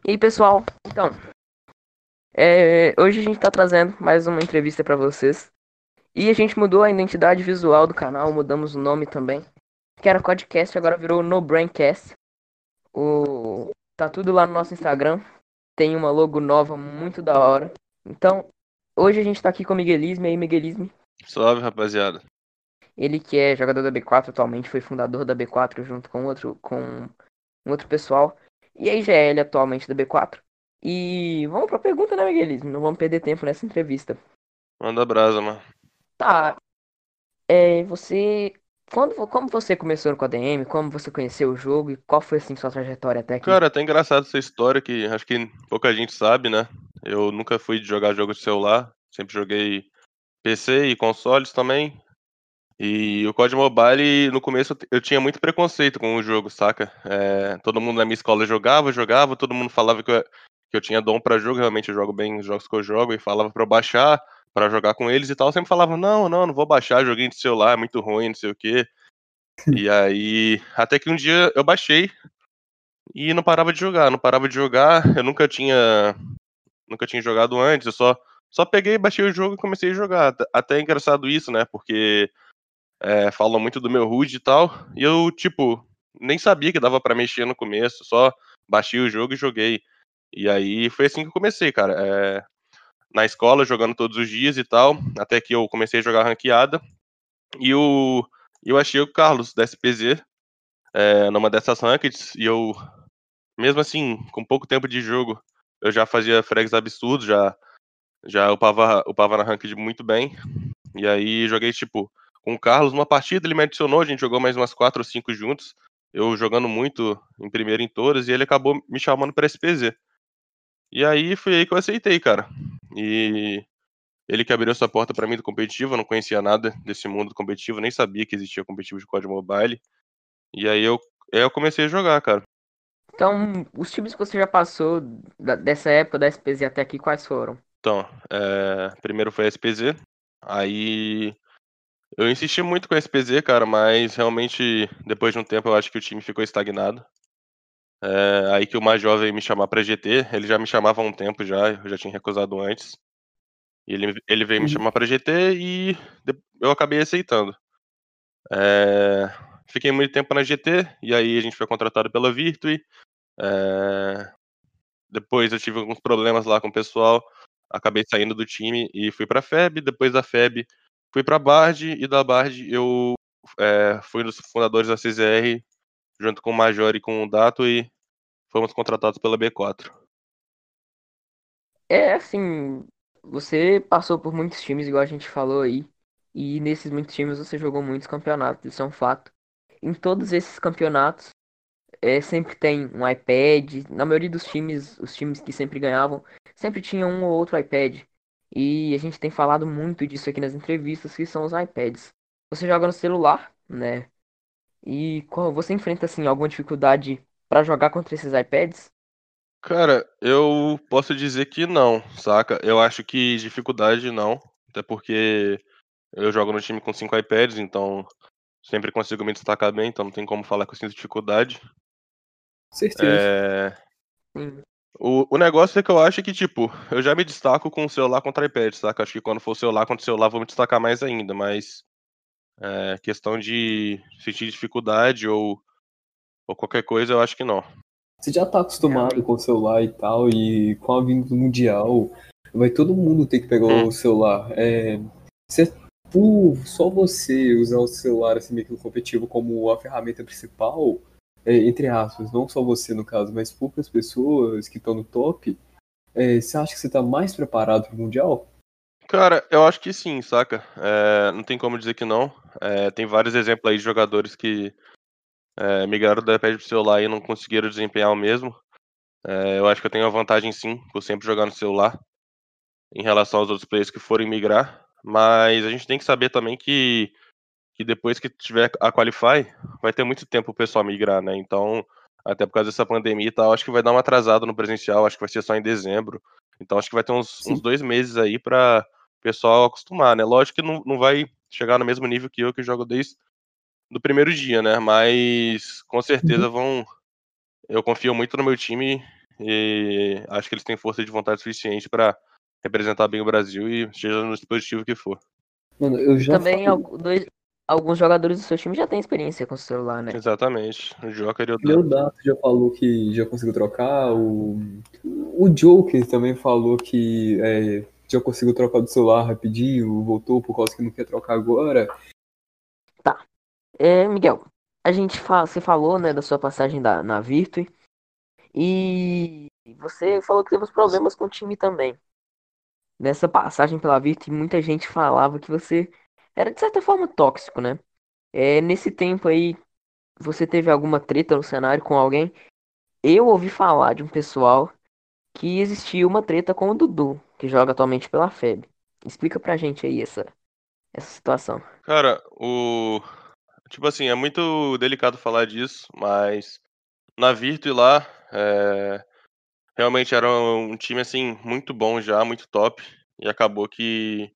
E aí, pessoal? Então, hoje a gente tá trazendo mais uma entrevista pra vocês. E a gente mudou a identidade visual do canal, mudamos o nome também. Que era Codecast, agora virou No Braincast. Tá tudo lá no nosso Instagram. Tem uma logo nova, muito da hora. Então, hoje a gente tá aqui com o Miguelisme. E aí, Miguelisme, Salve, rapaziada. ele que é jogador da B4 atualmente, foi fundador da B4 junto com outro pessoal. E aí já é ele atualmente da B4. E vamos pra pergunta, né, Miguelismo? Não vamos perder tempo nessa entrevista. Manda brasa, mano. Tá, você. Como você começou com a DM? Como você conheceu o jogo? E qual foi, assim, sua trajetória até aqui? Cara, até engraçado essa história que acho que pouca gente sabe, né? Eu nunca fui de jogar jogo de celular. Sempre joguei PC e consoles também. E o COD Mobile, no começo, eu tinha muito preconceito com o jogo, saca? Todo mundo na minha escola jogava, todo mundo falava que eu tinha dom pra jogo, realmente eu jogo bem os jogos que eu jogo, e falava pra eu baixar, pra jogar com eles e tal. Eu sempre falava, não vou baixar, joguinho de celular, é muito ruim, não sei o quê. E aí, até que um dia eu baixei e não parava de jogar, não parava de jogar. Eu nunca tinha jogado antes, eu só peguei, baixei o jogo e comecei a jogar. Até é engraçado isso, né? Porque falam muito do meu HUD e tal, e eu, tipo, nem sabia que dava pra mexer no começo, só baixei o jogo e joguei. E aí foi assim que eu comecei, cara. Na escola, jogando todos os dias e tal, até que eu comecei a jogar ranqueada. E eu achei o Carlos da SPZ numa dessas rankeds, e eu, mesmo assim, com pouco tempo de jogo, eu já fazia frags absurdos, já upava na ranked muito bem. E aí joguei, tipo, com o Carlos uma partida, ele me adicionou, a gente jogou mais umas 4 ou 5 juntos. Eu jogando muito em primeiro em todas, e ele acabou me chamando pra SPZ. E aí foi aí que eu aceitei, cara. E ele que abriu essa porta pra mim do competitivo, eu não conhecia nada desse mundo do competitivo, nem sabia que existia competitivo de COD Mobile. E aí eu comecei a jogar, cara. Então, os times que você já passou dessa época da SPZ até aqui, quais foram? Então, primeiro foi a SPZ, aí eu insisti muito com a SPZ, cara, mas realmente depois de um tempo eu acho que o time ficou estagnado. Aí que o mais jovem me chamar pra GT, ele já me chamava há um tempo já, eu já tinha recusado antes. E ele veio me Uhum. chamar pra GT e eu acabei aceitando. Eh, Fiquei muito tempo na GT, e aí a gente foi contratado pela Virtue. eh, Depois eu tive alguns problemas lá com o pessoal, acabei saindo do time e fui pra FEB. Depois da FEB fui pra Bard, e da Bard eu fui um dos fundadores da CZR, junto com o Major e com o Dato, e fomos contratados pela B4. Assim, você passou por muitos times, igual a gente falou aí. E nesses muitos times você jogou muitos campeonatos, isso é um fato. Em todos esses campeonatos, sempre tem um iPad. Na maioria dos times, os times que sempre ganhavam, sempre tinha um ou outro iPad. E a gente tem falado muito disso aqui nas entrevistas, que são os iPads. Você joga no celular, né? E você enfrenta assim alguma dificuldade pra jogar contra esses iPads? Cara, eu posso dizer que não, saca? Eu acho que dificuldade não, até porque eu jogo no time com 5 iPads, então sempre consigo me destacar bem, então não tem como falar que eu sinto dificuldade. Certeza. Eh, Sim. o negócio é que eu acho que, tipo, eu já me destaco com o celular contra iPad, saca? Acho que quando for celular contra celular, eu vou me destacar mais ainda, mas questão de sentir dificuldade ou qualquer coisa, eu acho que não. Você já tá acostumado Realmente. com o celular e tal, e com a vinda do Mundial, vai todo mundo ter que pegar Hum. o celular. Se é por só você usar o celular assim, meio que no competitivo como a ferramenta principal, entre aspas, não só você no caso, mas poucas pessoas que estão no top, você acha que você tá mais preparado pro Mundial? Cara, eu acho que sim, saca? Não tem como dizer que não. Tem vários exemplos aí de jogadores que migraram do iPad pro celular e não conseguiram desempenhar o mesmo. Eu acho que eu tenho a vantagem sim, por sempre jogar no celular, em relação aos outros players que forem migrar. Mas a gente tem que saber também que depois que tiver a Qualify, vai ter muito tempo o pessoal migrar, né? Então, até por causa dessa pandemia e tal, acho que vai dar uma atrasada no presencial, acho que vai ser só em dezembro. Então, acho que vai ter uns Sim. 2 meses aí pra o pessoal acostumar, né? Lógico que não vai chegar no mesmo nível que eu, que jogo desde do primeiro dia, né? Mas com certeza Uhum. vão. Eu confio muito no meu time e acho que eles têm força de vontade suficiente pra representar bem o Brasil e seja no dispositivo que for. Mano, eu E já também falei. alguns jogadores do seu time já têm experiência com o celular, né? Exatamente. O Joker e o Dan. Leodato já falou que já conseguiu trocar. O Joker também falou que já conseguiu trocar do celular rapidinho, voltou por causa que não quer trocar agora. Tá. Miguel, você falou, né, da sua passagem na Virtus e você falou que teve uns problemas com o time também. Nessa passagem pela Virtus, muita gente falava que você era de certa forma tóxico, né? Nesse tempo aí, você teve alguma treta no cenário com alguém? Eu ouvi falar de um pessoal que existia uma treta com o Dudu, que joga atualmente pela FEB. Explica pra gente aí essa situação. Cara, tipo assim, é muito delicado falar disso, mas na Virtus lá, realmente era um time, assim, muito bom já, muito top. E acabou que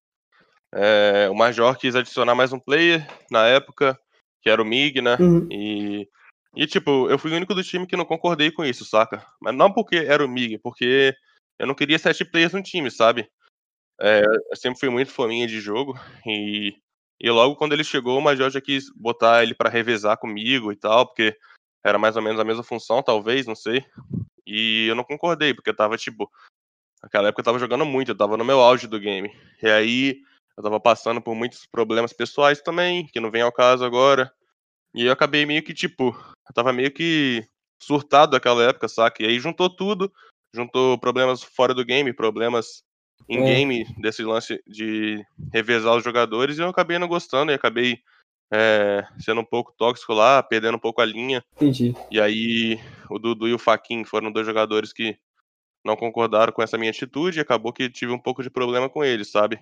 o Major quis adicionar mais um player na época, que era o Mig, né? Uhum. E tipo, eu fui o único do time que não concordei com isso, saca? Mas não porque era o Mig, porque eu não queria 7 players no time, sabe? Eu sempre fui muito fominha de jogo e, e logo quando ele chegou, o Major já quis botar ele pra revezar comigo e tal, porque era mais ou menos a mesma função, talvez, não sei. E eu não concordei, porque eu tava, tipo, naquela época eu tava jogando muito, eu tava no meu auge do game. E aí eu tava passando por muitos problemas pessoais também, que não vem ao caso agora. E eu acabei meio que, tipo, eu tava meio que surtado naquela época, saca? E aí juntou tudo, juntou problemas fora do game, problemas em É, game, desse lance de revezar os jogadores, e eu acabei não gostando, e acabei sendo um pouco tóxico lá, perdendo um pouco a linha. entendi. E aí o Dudu e o Faquin foram dois jogadores que não concordaram com essa minha atitude, e acabou que tive um pouco de problema com eles, sabe?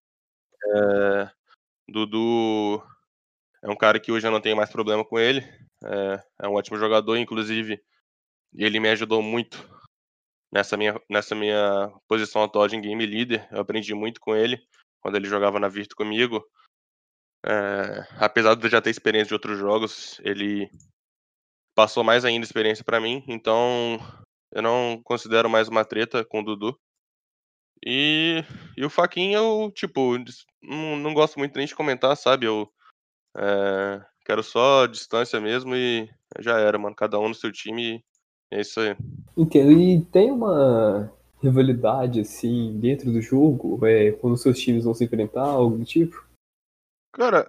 Dudu é um cara que hoje eu não tenho mais problema com ele, é um ótimo jogador, inclusive ele me ajudou muito nessa minha posição atual de game leader. Eu aprendi muito com ele quando ele jogava na Virtus comigo. Apesar de eu já ter experiência de outros jogos, ele passou mais ainda experiência pra mim, então eu não considero mais uma treta com o Dudu. E, e o Faquinha, eu, tipo, não gosto muito nem de comentar, sabe? Eu quero só distância mesmo e já era, mano. Cada um no seu time e é isso aí. Entendo. E tem uma rivalidade, assim, dentro do jogo, quando os seus times vão se enfrentar, algo do tipo? Cara,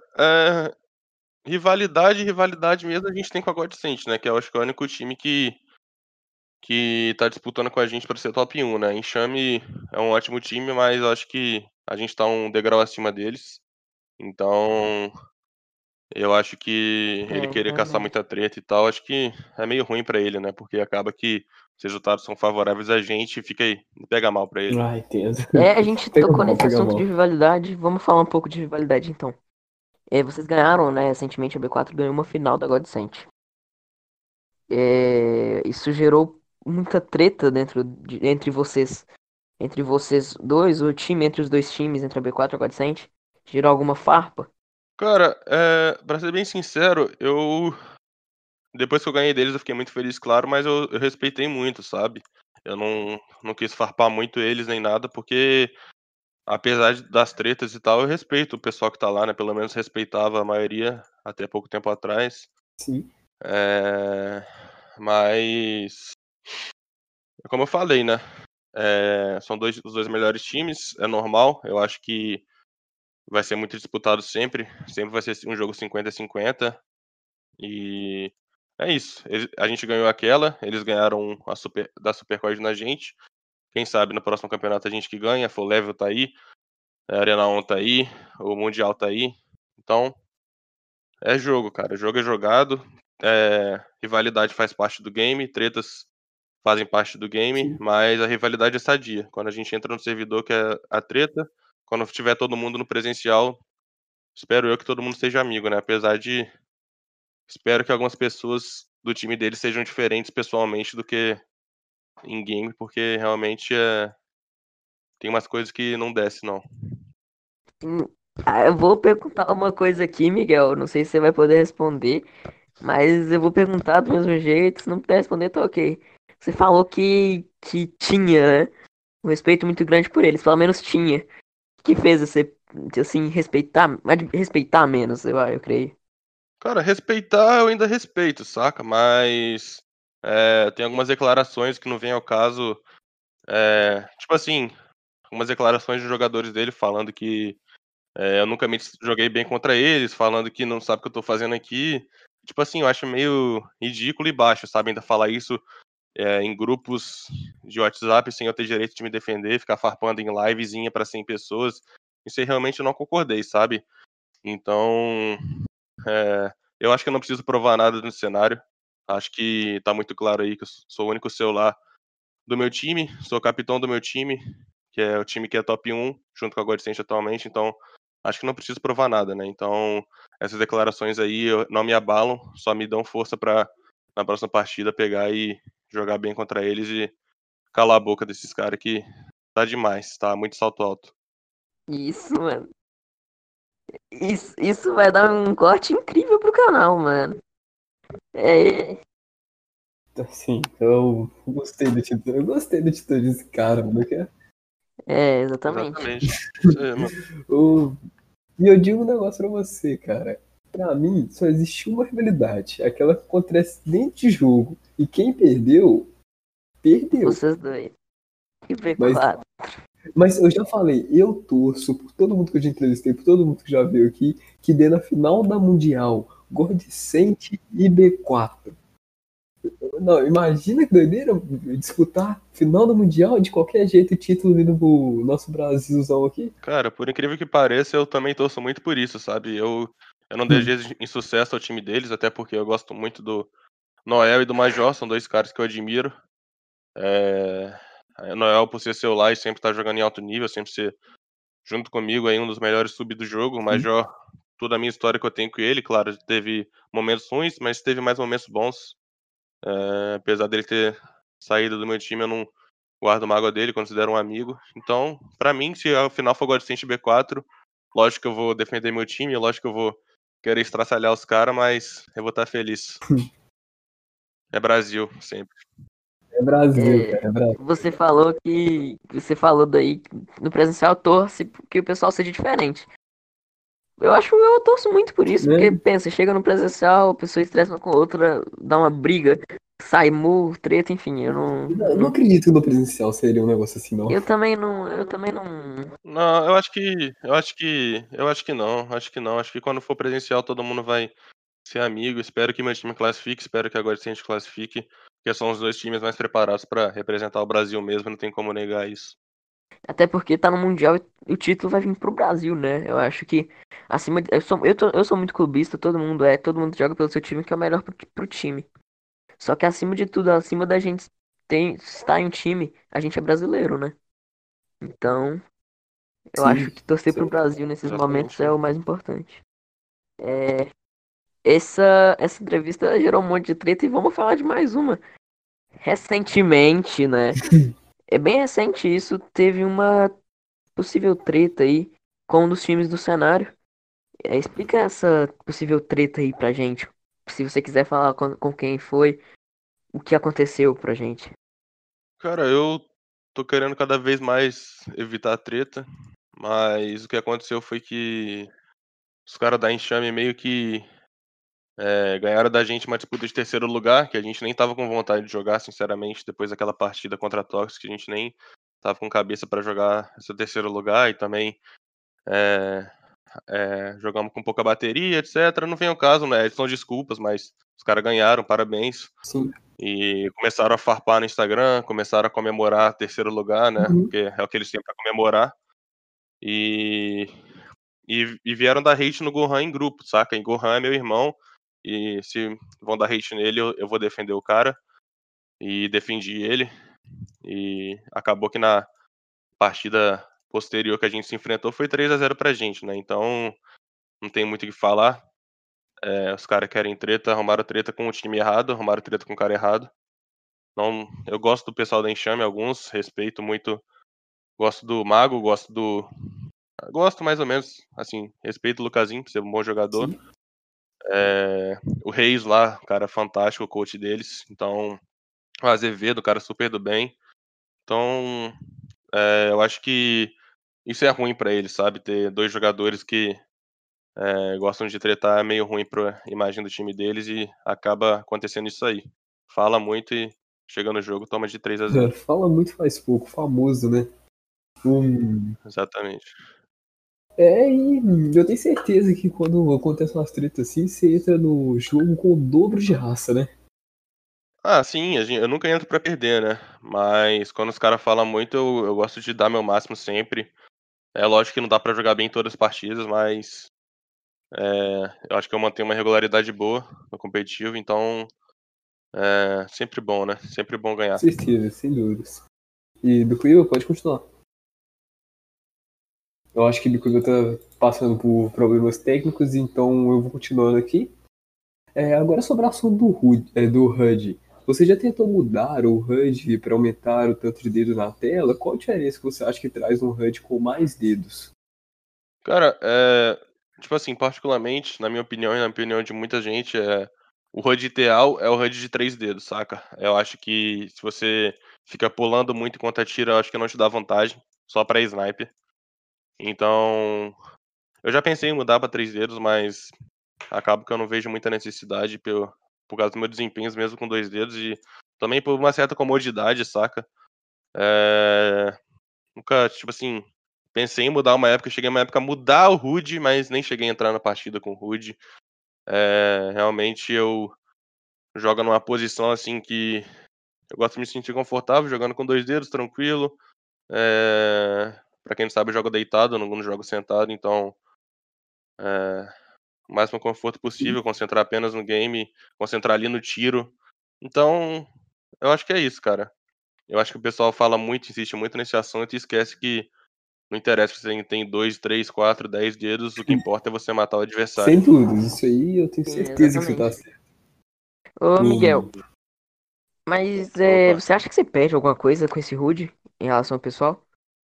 rivalidade mesmo a gente tem com a Godsent, né? Que eu acho que é o único time que tá disputando com a gente pra ser top 1, né? Enxame é um ótimo time, mas eu acho que a gente tá um degrau acima deles. Então, eu acho que ele querer caçar Realmente. muita treta e tal, acho que é meio ruim pra ele, né? Porque acaba que os resultados são favoráveis a gente e fica aí, não pega mal pra ele. Ah, entendo. A gente Pega tocou mal, nesse pega assunto de mal. rivalidade, vamos falar um pouco de rivalidade então. Vocês ganharam, né, recentemente a B4 ganhou uma final da Godsent. Isso gerou muita treta entre vocês dois, o time entre os dois times, entre a B4 e a Godsent. Gerou alguma farpa? Cara, pra ser bem sincero, depois que eu ganhei deles eu fiquei muito feliz, claro, mas eu respeitei muito, sabe? Eu não quis farpar muito eles nem nada, porque apesar das tretas e tal, eu respeito o pessoal que tá lá, né? Pelo menos respeitava a maioria até pouco tempo atrás. Sim. É, mas, como eu falei, né? São os dois melhores times, é normal. Eu acho que vai ser muito disputado sempre. Sempre vai ser um jogo 50-50. E é isso. A gente ganhou aquela, eles ganharam da Supercard na gente. Quem sabe no próximo campeonato a gente que ganha. Full Level tá aí, a Arena 1 tá aí, o Mundial tá aí. Então, é jogo, cara. Jogo é jogado. Rivalidade faz parte do game, tretas fazem parte do game, Sim. mas a rivalidade é sadia. Quando a gente entra no servidor, que é a treta, quando tiver todo mundo no presencial, espero eu que todo mundo seja amigo, né? Apesar de. Espero que algumas pessoas do time dele sejam diferentes pessoalmente do que em game, porque realmente tem umas coisas que não desce, não. Hum, eu vou perguntar uma coisa aqui, Miguel. Não sei se você vai poder responder, mas eu vou perguntar do mesmo jeito. Se não puder responder, tá ok. Você falou que tinha, né? Um respeito muito grande por eles, pelo menos tinha. O que fez você, assim, respeitar menos, eu creio. Cara, respeitar eu ainda respeito, saca? Mas tem algumas declarações que não vem ao caso. Tipo assim, algumas declarações de jogadores dele falando que eu nunca me joguei bem contra eles, falando que não sabe o que eu tô fazendo aqui. Tipo assim, eu acho meio ridículo e baixo, sabe? Ainda falar isso em grupos de WhatsApp sem eu ter direito de me defender, ficar farpando em livezinha pra 100 pessoas. Isso aí realmente eu não concordei, sabe? Então, eu acho que eu não preciso provar nada no cenário. Acho que tá muito claro aí que eu sou o único celular do meu time, sou capitão do meu time, que é o time que é top 1, junto com a Godsent atualmente, então acho que não preciso provar nada, né? Então, essas declarações aí não me abalam, só me dão força pra na próxima partida pegar e jogar bem contra eles e calar a boca desses caras que tá demais, tá muito salto alto. Isso, mano. Isso vai dar um corte incrível pro canal, mano. É, Assim, eu gostei da atitude. Eu gostei da atitude desse cara, mano. exatamente. Exatamente. Isso aí, mano. O- E eu digo um negócio pra você, cara. Pra mim, só existe uma rivalidade. Aquela que acontece dentro de jogo. E quem perdeu, perdeu. Vocês dois. E Mas, V4. mas eu já falei, eu torço por todo mundo que eu já entrevistei, por todo mundo que já veio aqui, que dê na final da Mundial, Godsent e B4. Não, imagina que doideira disputar final do Mundial de qualquer jeito e título vindo pro nosso Brasilzão aqui. Cara, por incrível que pareça, eu também torço muito por isso, sabe? Eu não Hum, desejo insucesso ao time deles, até porque eu gosto muito do Noel e do Major, são dois caras que eu admiro. É... Noel, por ser seu lá e sempre estar jogando em alto nível, sempre ser, junto comigo, aí um dos melhores sub do jogo. O sim, Major, toda a minha história que eu tenho com ele, claro, teve momentos ruins, mas teve mais momentos bons. Apesar dele ter saído do meu time, eu não guardo mágoa dele, considero um amigo. Então, pra mim, se a final for Godsent B4, lógico que eu vou defender meu time, lógico que eu vou querer estraçalhar os caras, mas eu vou estar feliz. É Brasil, sempre. é Brasil, É, cara, é Brasil. você falou daí que no presencial torce que o pessoal seja diferente. Eu torço muito por isso, porque Né? pensa, chega no presencial, a pessoa estressa uma com a outra, dá uma briga, sai murro, treta, enfim, Eu não acredito que no presencial seria um negócio assim, não. eu também não, Não, eu acho que não, acho que não. Acho que quando for presencial todo mundo vai ser amigo. Espero que meu time classifique, espero que a Godsent classifique, porque são os dois times mais preparados pra representar o Brasil mesmo, não tem como negar isso. até porque tá no Mundial e o título vai vir pro Brasil, né? Eu acho que acima de, eu sou muito clubista, todo mundo joga pelo seu time que é o melhor pro time. Só que acima de tudo, acima da gente estar em um time, a gente é brasileiro, né? Então, eu Sim, acho que torcer isso pro Brasil nesses momentos Exatamente. é o mais importante. Essa entrevista gerou um monte de treta e vamos falar de mais uma. Recentemente, né? É bem recente isso, teve uma possível treta aí com um dos times do cenário. Explica essa possível treta aí pra gente. Se você quiser falar com quem foi, o que aconteceu pra gente. Cara, eu tô querendo cada vez mais evitar a treta, mas o que aconteceu foi que os caras da Enxame meio que ganharam da gente uma disputa de terceiro lugar, que a gente nem tava com vontade de jogar, sinceramente, depois daquela partida contra a Toxic, a gente nem tava com cabeça pra jogar esse terceiro lugar, e também é, jogamos com pouca bateria, etc. Não vem ao caso, né? São desculpas, mas os caras ganharam, parabéns. sim. E começaram a farpar no Instagram, começaram a comemorar terceiro lugar, né? Uhum. Porque é o que eles têm pra comemorar. E, e vieram dar hate no Gohan em grupo, saca? Em Gohan é meu irmão. E se vão dar hate nele, eu vou defender o cara. E defendi ele. E acabou que na partida posterior que a gente se enfrentou foi 3-0 pra gente, né? Então não tem muito o que falar. Os caras querem treta, arrumaram treta com o time errado, arrumaram treta com o cara errado. Não, eu gosto do pessoal da Enxame, alguns, respeito muito. Gosto do Mago, gosto mais ou menos, assim, respeito o Lucasinho por ser um bom jogador. Sim. O Reis lá, cara fantástico, o coach deles. Então, O Azevedo, o cara super do bem. Então, eu acho que isso é ruim pra ele, sabe? Ter dois jogadores que gostam de tretar é meio ruim pra imagem do time deles e acaba acontecendo isso aí. Fala muito e chega no jogo, toma de 3-0. Fala muito faz pouco, famoso, né? Um, Exatamente. e eu tenho certeza que quando acontece umas tretas assim, você entra no jogo com o dobro de raça, né? Ah, sim, eu nunca entro pra perder, né? Mas quando os caras falam muito, eu gosto de dar meu máximo sempre. É lógico que não dá pra jogar bem em todas as partidas, mas eu acho que eu mantenho uma regularidade boa no competitivo, então é sempre bom, né? Sempre bom Com ganhar. certeza, sem dúvidas. E Bicuíba, pode continuar. Eu acho que Bicuíba tá passando por problemas técnicos, então eu vou continuando aqui. Agora sobre o assunto do HUD. Você já tentou mudar o HUD para aumentar o tanto de dedo na tela? Qual a diferença que você acha que traz um HUD com mais dedos? Cara, tipo assim, particularmente, na minha opinião e na opinião de muita gente, o HUD ideal é o HUD de 3 dedos, saca? Eu acho que se você fica pulando muito enquanto atira, eu acho que não te dá vantagem, só pra sniper. Então, eu já pensei em mudar pra 3 dedos, mas acabo que eu não vejo muita necessidade por causa do meu desempenho mesmo com 2 dedos e também por uma certa comodidade, saca? Eh, Nunca, tipo assim, pensei em mudar uma época, cheguei uma época a mudar o HUD, mas nem cheguei a entrar na partida com o HUD. Realmente eu jogo numa posição assim que eu gosto de me sentir confortável jogando com 2 dedos, tranquilo. Pra quem não sabe, eu jogo deitado, eu não jogo sentado, então eh, o máximo conforto Sim, possível, concentrar apenas no game, concentrar ali no tiro. Então, eu acho que é isso, cara. Eu acho que o pessoal fala muito, insiste muito nesse assunto e esquece que não interessa se você tem 2, 3, 4, 10 dedos, o que importa é você matar o adversário. sem dúvidas. Isso aí eu tenho Sim, certeza que você tá exatamente. certo. Ô, Miguel, O- mas Opa. você acha que você perde alguma coisa com esse HUD em relação ao pessoal?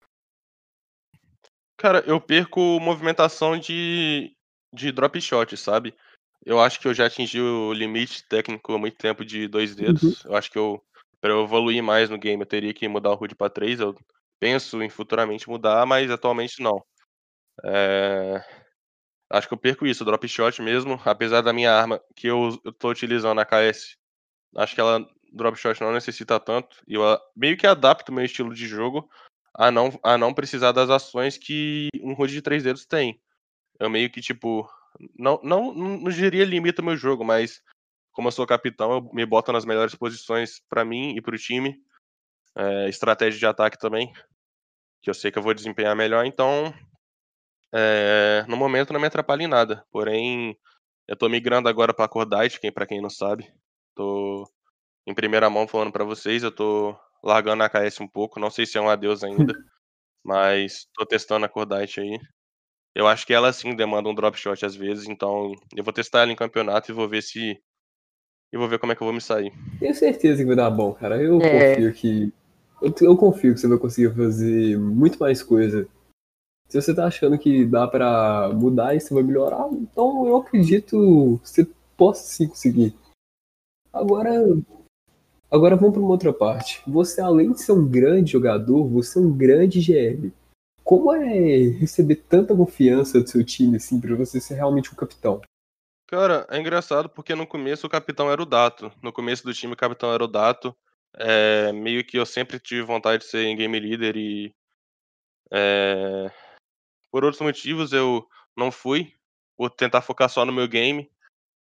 Cara, eu perco movimentação de drop shot, sabe? Eu acho que eu já atingi o limite técnico há muito tempo de 2 Uhum. dedos. Eu acho que pra eu evoluir mais no game, eu teria que mudar o HUD pra 3. Eu penso em futuramente mudar, mas atualmente não. Eh, Acho que eu perco isso, o drop shot mesmo, apesar da minha arma que eu tô utilizando, a KS. Acho que ela drop shot não necessita tanto e eu meio que adapto o meu estilo de jogo a não precisar das ações que um HUD de 3 dedos tem. Eu meio que, tipo, não diria limita o meu jogo, mas como eu sou capitão, eu me boto nas melhores posições pra mim e para o time. Estratégia de ataque também, que eu sei que eu vou desempenhar melhor, então, no momento não me atrapalha em nada. Porém, eu tô migrando agora pra Cordite, pra quem não sabe. Tô em primeira mão falando pra vocês, eu tô largando a AKS um pouco, não sei se é um adeus ainda, mas tô testando a Cordite aí. Eu acho que ela sim demanda um drop shot às vezes, então eu vou testar ela em campeonato e vou ver como é que eu vou me sair. Tenho certeza que vai dar bom, cara. Eu É, confio que. Eu confio que você vai conseguir fazer muito mais coisa. Se você tá achando que dá pra mudar e você vai melhorar, então eu acredito que você possa sim conseguir. Agora, agora vamos para uma outra parte. Você, além de ser um grande jogador, você é um grande GM. Como é receber tanta confiança do seu time, assim, pra você ser realmente um capitão? Cara, é engraçado porque no começo o capitão era o Dato. No começo do time o capitão era o Dato. Meio que eu sempre tive vontade de ser game leader e, eh, por outros motivos eu não fui, por tentar focar só no meu game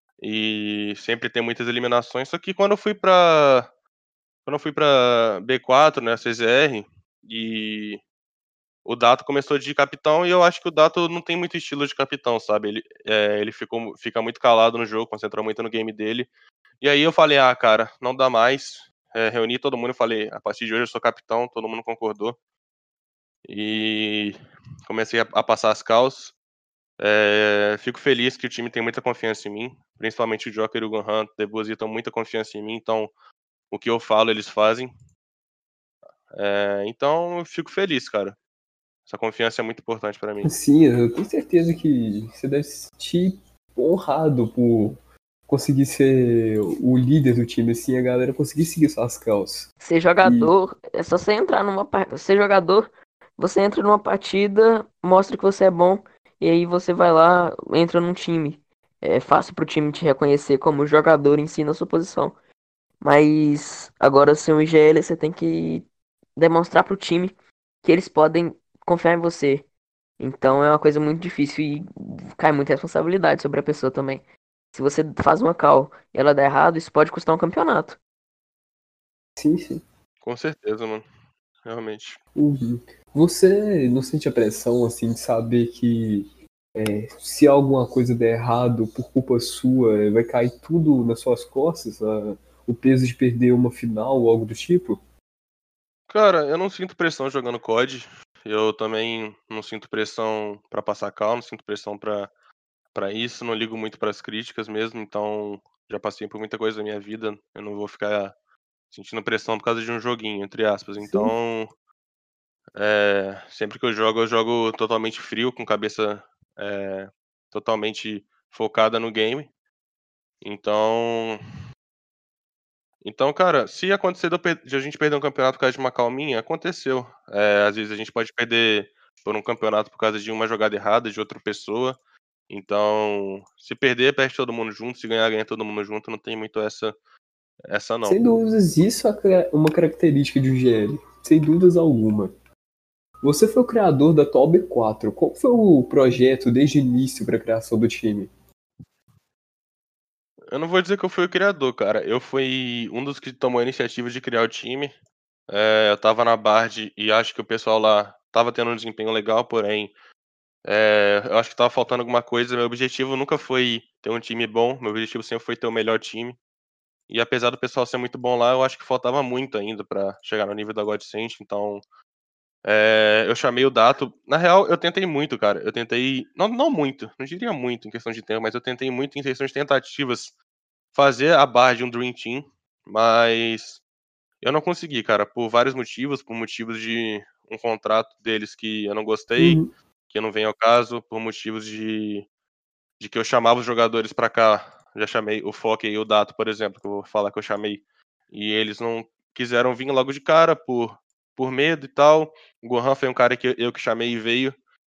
e sempre ter muitas eliminações. Só que quando eu fui pra B4, né, CZR, e o Dato começou de capitão e eu acho que o Dato não tem muito estilo de capitão, sabe? Ele fica muito calado no jogo, concentra muito no game dele. E aí eu falei, ah, cara, não dá mais. Reuni todo mundo e falei, a partir de hoje eu sou capitão, todo mundo concordou. E comecei a passar as calls. Fico feliz que o time tem muita confiança em mim, principalmente o Joker e o Gohan depositam muita confiança em mim, então o que eu falo eles fazem. Então eu fico feliz, cara. Essa confiança é muito importante pra mim. Sim, eu tenho certeza que você deve se sentir honrado por conseguir ser o líder do time, assim, a galera conseguir seguir suas calças. Ser E jogador é só você entrar ser jogador, você entra numa partida, mostra que você é bom, e aí você vai lá, entra num time. É fácil pro time te reconhecer como jogador em si na sua posição. Mas agora, ser um IGL, você tem que demonstrar pro time que eles podem confiar em você. Então é uma coisa muito difícil e cai muita responsabilidade sobre a pessoa também. Se você faz uma call e ela dá errado, isso pode custar um campeonato. sim, sim. Com certeza, mano. Realmente. Uhum. Você não sente a pressão, assim, de saber que se alguma coisa der errado por culpa sua, vai cair tudo nas suas costas? O peso de perder uma final ou algo do tipo? Cara, eu não sinto pressão jogando COD. Eu também não sinto pressão pra passar cal, não sinto pressão pra isso, não ligo muito pras críticas mesmo, então já passei por muita coisa na minha vida, eu não vou ficar sentindo pressão por causa de um joguinho, entre aspas. Sim. Então, sempre que eu jogo totalmente frio, com cabeça totalmente focada no game. Então, cara, se acontecer de a gente perder um campeonato por causa de uma calminha, aconteceu. Às vezes a gente pode perder por um campeonato por causa de uma jogada errada de outra pessoa. Então, se perder, perde todo mundo junto, se ganhar, ganha todo mundo junto, não tem muito essa não. Sem dúvidas, isso é uma característica de um GL. Sem dúvidas alguma. Você foi o criador da Tob 4. Qual foi o projeto desde o início para a criação do time? Eu não vou dizer que eu fui o criador, cara. Eu fui um dos que tomou a iniciativa de criar o time. Eu estava na Bard e acho que o pessoal lá estava tendo um desempenho legal, porém, eu acho que estava faltando alguma coisa. Meu objetivo nunca foi ter um time bom, meu objetivo sempre foi ter o melhor time. E apesar do pessoal ser muito bom lá, eu acho que faltava muito ainda pra chegar no nível da Godsent, então eu chamei o Dato. Na real, eu tentei muito, cara. Eu tentei. Não, não muito, não diria muito em questão de tempo, mas eu tentei muito em questão de tentativas fazer a barra de um Dream Team, mas eu não consegui, cara, por vários motivos, por motivos de um contrato deles que eu não gostei, Uhum. que não vem ao caso, por motivos de que eu chamava os jogadores pra cá. Já chamei o Foque e o Dato, por exemplo, que eu vou falar que eu chamei, e eles não quiseram vir logo de cara por medo e tal. O Gohan foi um cara que eu que chamei e veio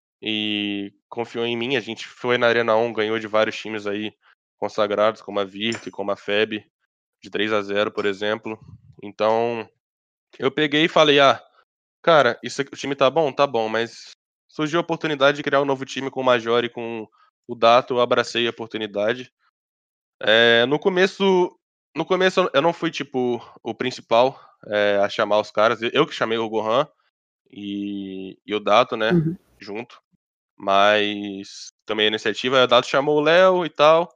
e confiou em mim. A gente foi na Arena 1, ganhou de vários times aí consagrados, como a Virtu, como a FEB, de 3-0, por exemplo. Então, eu peguei e falei: "Ah, cara, isso aqui, o time tá bom? Tá bom, mas surgiu a oportunidade de criar um novo time com o Major e com o Dato, eu abracei a oportunidade". Eh, no começo no começo eu não fui, tipo, o principal, a chamar os caras. Eu que chamei o Gohan e o Dato, né, Uhum. junto, mas tomei a iniciativa, aí o Dato chamou o Léo e tal,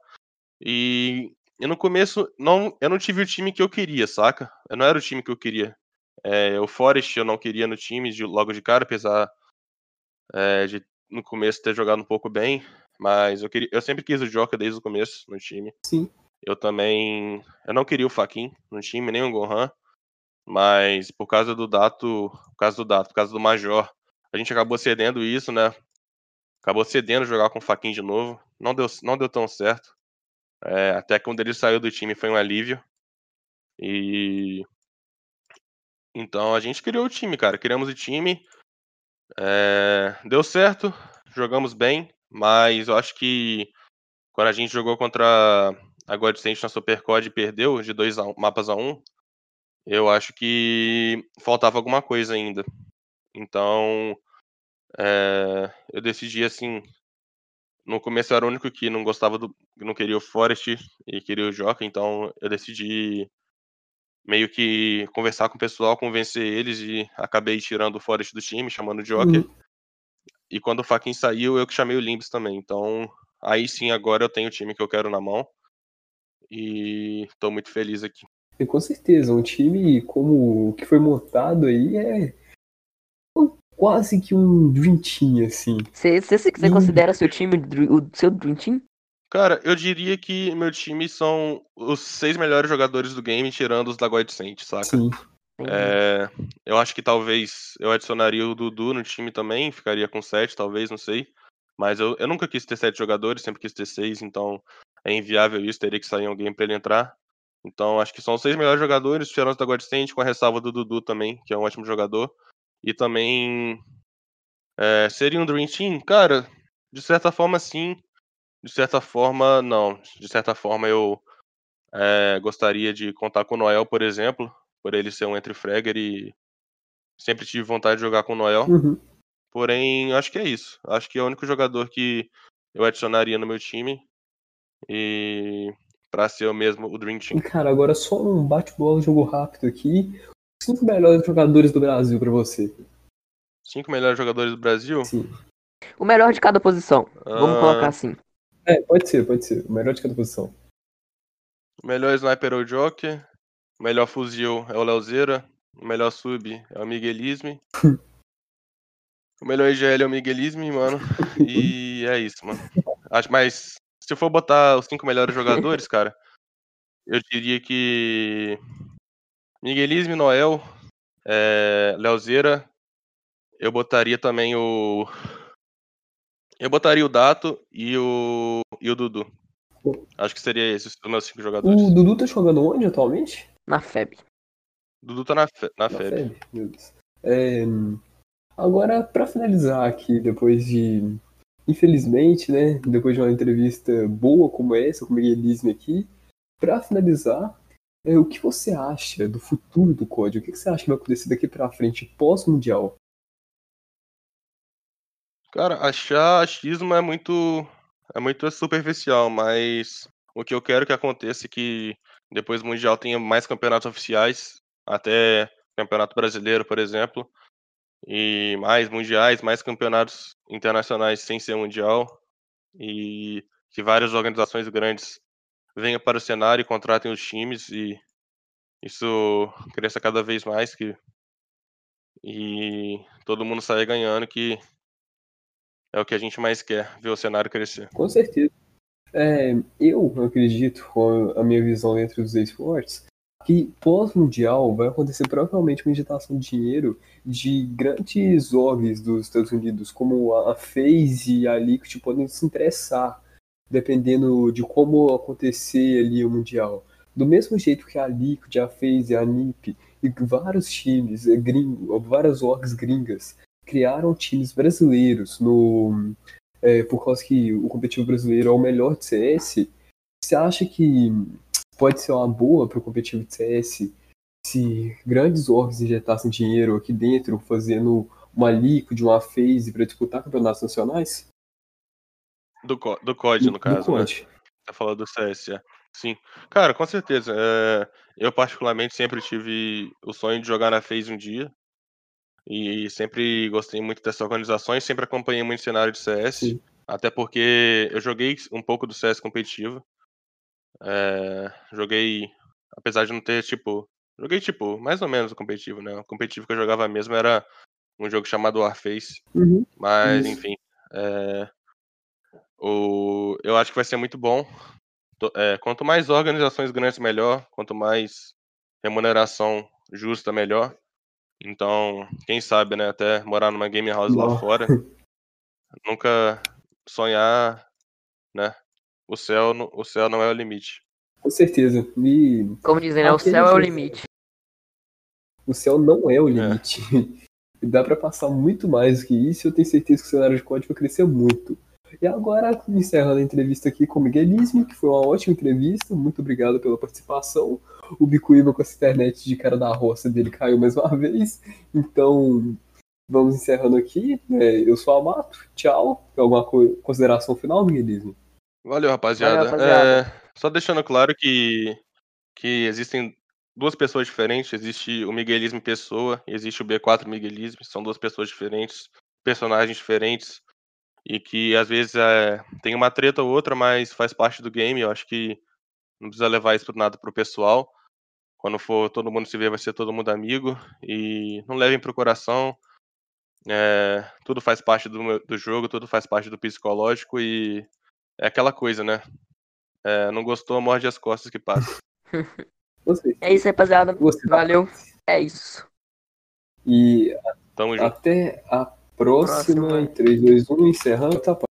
e no começo eu não tive o time que eu queria, saca. Eu não era o time que eu queria. O Forest eu não queria no time logo de cara, apesar, de no começo ter jogado um pouco bem, mas eu sempre quis o Joker desde o começo no time. Sim. Eu não queria o Fakin no time, nem o Gohan, mas por causa do Major, a gente acabou cedendo isso, né, acabou cedendo jogar com o Fakin de novo, não deu tão certo, até que quando ele saiu do time foi um alívio, e então a gente criou o time, cara, criamos o time, deu certo, jogamos bem, mas eu acho que quando a gente jogou contra a Godsent na Supercod e perdeu de 2 mapas a 1, eu acho que faltava alguma coisa ainda. Então, eu decidi, assim, no começo eu era o único que não gostava que não queria o Forest e queria o Joker, então eu decidi meio que conversar com o pessoal, convencer eles e acabei tirando o Forest do time, chamando o Joker. Uhum. E quando o Fakin saiu, eu que chamei o Limbs também. Então, aí sim, agora eu tenho o time que eu quero na mão e tô muito feliz aqui. E com certeza, um time como o que foi montado aí é quase que um Dream Team, assim. Você E, considera seu time o seu Dream Team? Cara, eu diria que meu time são os 6 melhores jogadores do game, tirando os da Godsent, saca? sim, Entendi. Eh, eu acho que talvez eu adicionaria o Dudu no time também, ficaria com 7, talvez, não sei. Mas eu nunca quis ter 7 jogadores, sempre quis ter 6, então é inviável isso, teria que sair alguém para ele entrar. Então acho que são os 6 melhores jogadores, tirando da Godsend, com a ressalva do Dudu também, que é um ótimo jogador. E também seria um Dream Team? Cara, de certa forma sim, de certa forma não. De certa forma eu gostaria de contar com o Noel, por exemplo, por ele ser um entry-fragger e sempre tive vontade de jogar com o Noel. Uhum. Porém, acho que é isso. Acho que é o único jogador que eu adicionaria no meu time e pra ser o mesmo o Dream Team. E, cara, agora só um bate-bola, jogo rápido aqui. Os 5 melhores jogadores do Brasil pra você. 5 melhores jogadores do Brasil? Sim. O melhor de cada posição. Vamos colocar Ah, assim. Pode ser, pode ser. O melhor de cada posição. o melhor sniper é o Joker. O melhor fuzil é o Leozeira. O melhor sub é o Miguelisme. O melhor IGL é o Miguelisme, mano. E é isso, mano. Mas se for botar os 5 melhores jogadores, cara, eu diria que Miguelisme, Noel, Leozeira. Eu botaria também o. Eu botaria o Dato e o Dudu. Acho que seria esses os meus 5 O jogadores. Dudu tá jogando onde atualmente? Na FEB. Dudu tá na Na FEB. FEB, meu Deus. É, agora, pra finalizar aqui, depois de. Infelizmente, né? Depois de uma entrevista boa como essa, com o Miguelismo aqui, pra finalizar, o que você acha do futuro do COD? O que você acha que vai acontecer daqui pra frente, pós-mundial? Cara, achar achismo é muito superficial, mas o que eu quero que aconteça é que depois do Mundial tenha mais campeonatos oficiais, até Campeonato Brasileiro, por exemplo, e mais mundiais, mais campeonatos internacionais sem ser mundial, e que várias organizações grandes venham para o cenário e contratem os times e isso cresça cada vez mais e todo mundo saia ganhando, que é o que a gente mais quer, ver o cenário crescer. Com certeza. Eu acredito, com a minha visão dentro dos esportes, que pós-mundial vai acontecer provavelmente uma injetação de dinheiro de grandes orgs dos Estados Unidos, como a FaZe e a Liquid, podem se interessar, dependendo de como acontecer ali o mundial. Do mesmo jeito que a Liquid, a FaZe, a NiP e vários times gringos, várias orgs gringas criaram times brasileiros por causa que o competitivo brasileiro é o melhor de CS, você acha que pode ser uma boa para o competitivo de CS se grandes orgs injetassem dinheiro aqui dentro, fazendo uma Liquid, uma FaZe para disputar campeonatos nacionais? Do COD, no Do caso, né? COD. Tá falando do CS, é. Sim. Cara, com certeza. Eu particularmente sempre tive o sonho de jogar na FaZe um dia. E sempre gostei muito dessas organizações, sempre acompanhei muito o cenário de CS. Sim. Até porque eu joguei um pouco do CS competitivo. Joguei, apesar de não ter, tipo. Joguei, tipo, mais ou menos o competitivo, né? O competitivo que eu jogava mesmo era um jogo chamado Warface. Uhum. Mas, Isso. enfim. Eu acho que vai ser muito bom. Quanto mais organizações grandes, melhor. Quanto mais remuneração justa, melhor. Então, quem sabe, né? Até morar numa game house lá Não. fora. Nunca sonhar, né? O céu não é o limite. Com certeza. E Como dizem, né? O aqui a céu é gente o vai- limite. o céu não é o É. limite. E dá para passar muito mais do que isso, e eu tenho certeza que o cenário de COD vai crescer muito. E agora, encerrando a entrevista aqui com o Miguelismo, que foi uma ótima entrevista, muito obrigado pela participação. O Bicuíba com essa internet de cara da roça dele caiu mais uma vez, então vamos encerrando aqui. Eu sou o Amato, tchau. Alguma consideração final, Miguelismo? Valeu, Valeu, rapaziada. rapaziada. Só deixando claro que existem duas pessoas diferentes. Existe o Miguelismo pessoa e existe o B4 Miguelismo. São duas pessoas diferentes, personagens diferentes. E que às vezes tem uma treta ou outra, mas faz parte do game. Eu acho que não precisa levar isso nada pro pessoal. Quando for todo mundo se ver, vai ser todo mundo amigo. E não levem pro coração. Tudo faz parte do jogo, tudo faz parte do psicológico e é aquela coisa, né? Não gostou, morde as costas que passa. Com É isso, certeza. rapaziada. Você tá. Valeu. É isso. E Tamo junto. até a próxima. Em Próxima. 3, 2, 1, encerrando. Tá,